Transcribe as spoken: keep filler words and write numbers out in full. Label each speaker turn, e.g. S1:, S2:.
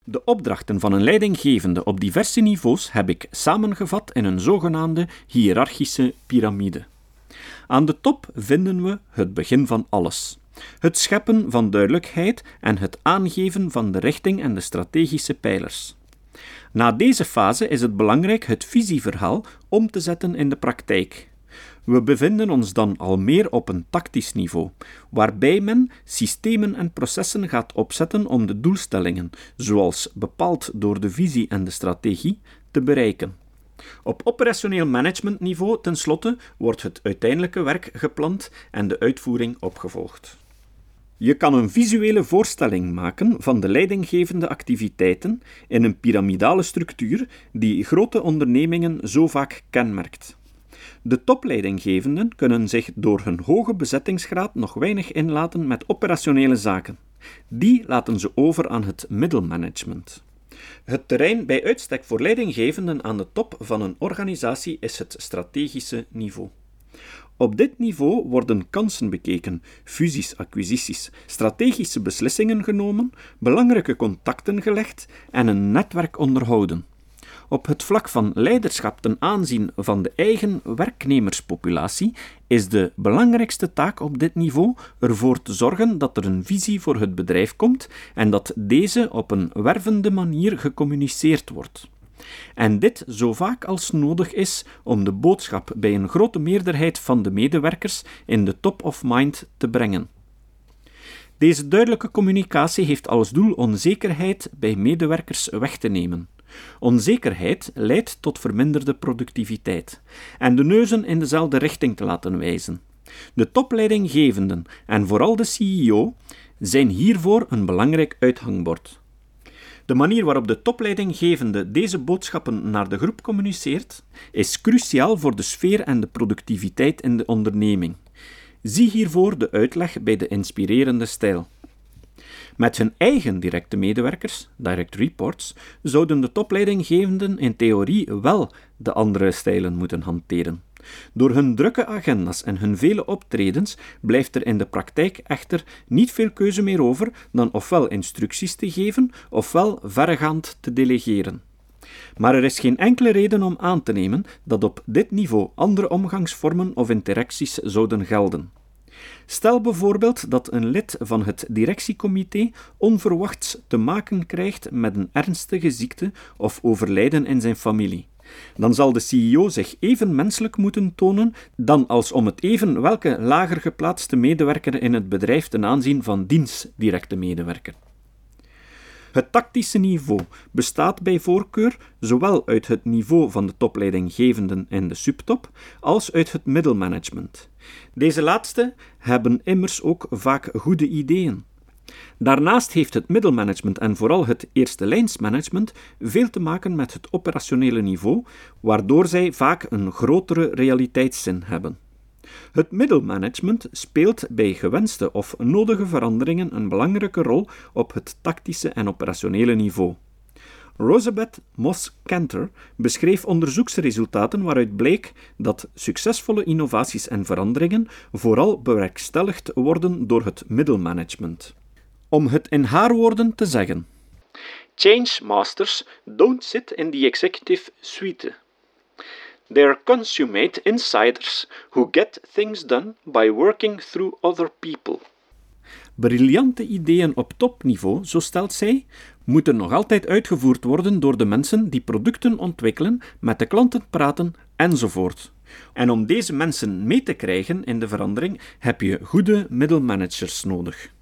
S1: De opdrachten van een leidinggevende op diverse niveaus heb ik samengevat in een zogenaamde hiërarchische piramide. Aan de top vinden we het begin van alles. Het scheppen van duidelijkheid en het aangeven van de richting en de strategische pijlers. Na deze fase is het belangrijk het visieverhaal om te zetten in de praktijk. We bevinden ons dan al meer op een tactisch niveau, waarbij men systemen en processen gaat opzetten om de doelstellingen, zoals bepaald door de visie en de strategie, te bereiken. Op operationeel managementniveau, tenslotte, wordt het uiteindelijke werk gepland en de uitvoering opgevolgd. Je kan een visuele voorstelling maken van de leidinggevende activiteiten in een piramidale structuur die grote ondernemingen zo vaak kenmerkt. De topleidinggevenden kunnen zich door hun hoge bezettingsgraad nog weinig inlaten met operationele zaken. Die laten ze over aan het middelmanagement. Het terrein bij uitstek voor leidinggevenden aan de top van een organisatie is het strategische niveau. Op dit niveau worden kansen bekeken, fusies, acquisities, strategische beslissingen genomen, belangrijke contacten gelegd en een netwerk onderhouden. Op het vlak van leiderschap ten aanzien van de eigen werknemerspopulatie is de belangrijkste taak op dit niveau ervoor te zorgen dat er een visie voor het bedrijf komt en dat deze op een wervende manier gecommuniceerd wordt. En dit zo vaak als nodig is om de boodschap bij een grote meerderheid van de medewerkers in de top of mind te brengen. Deze duidelijke communicatie heeft als doel onzekerheid bij medewerkers weg te nemen. Onzekerheid leidt tot verminderde productiviteit en de neuzen in dezelfde richting te laten wijzen. De topleidinggevenden en vooral de C E O zijn hiervoor een belangrijk uithangbord. De manier waarop de topleidinggevende deze boodschappen naar de groep communiceert, is cruciaal voor de sfeer en de productiviteit in de onderneming. Zie hiervoor de uitleg bij de inspirerende stijl. Met hun eigen directe medewerkers, direct reports, zouden de topleidinggevenden in theorie wel de andere stijlen moeten hanteren. Door hun drukke agenda's en hun vele optredens blijft er in de praktijk echter niet veel keuze meer over dan ofwel instructies te geven, ofwel verregaand te delegeren. Maar er is geen enkele reden om aan te nemen dat op dit niveau andere omgangsvormen of interacties zouden gelden. Stel bijvoorbeeld dat een lid van het directiecomité onverwachts te maken krijgt met een ernstige ziekte of overlijden in zijn familie. Dan zal de C E O zich even menselijk moeten tonen dan als om het even welke lager geplaatste medewerker in het bedrijf ten aanzien van diens directe medewerker. Het tactische niveau bestaat bij voorkeur zowel uit het niveau van de topleidinggevenden en de subtop, als uit het middelmanagement. Deze laatste hebben immers ook vaak goede ideeën. Daarnaast heeft het middelmanagement en vooral het eerste lijnsmanagement veel te maken met het operationele niveau, waardoor zij vaak een grotere realiteitszin hebben. Het middelmanagement speelt bij gewenste of nodige veranderingen een belangrijke rol op het tactische en operationele niveau. Rosabeth Moss Kanter beschreef onderzoeksresultaten waaruit bleek dat succesvolle innovaties en veranderingen vooral bewerkstelligd worden door het middelmanagement. Om het in haar woorden te zeggen: Change masters don't sit in the executive suite. They are consummate insiders who get things done by working through other people. Briljante ideeën op topniveau, zo stelt zij, moeten nog altijd uitgevoerd worden door de mensen die producten ontwikkelen, met de klanten praten enzovoort. En om deze mensen mee te krijgen in de verandering heb je goede middelmanagers nodig.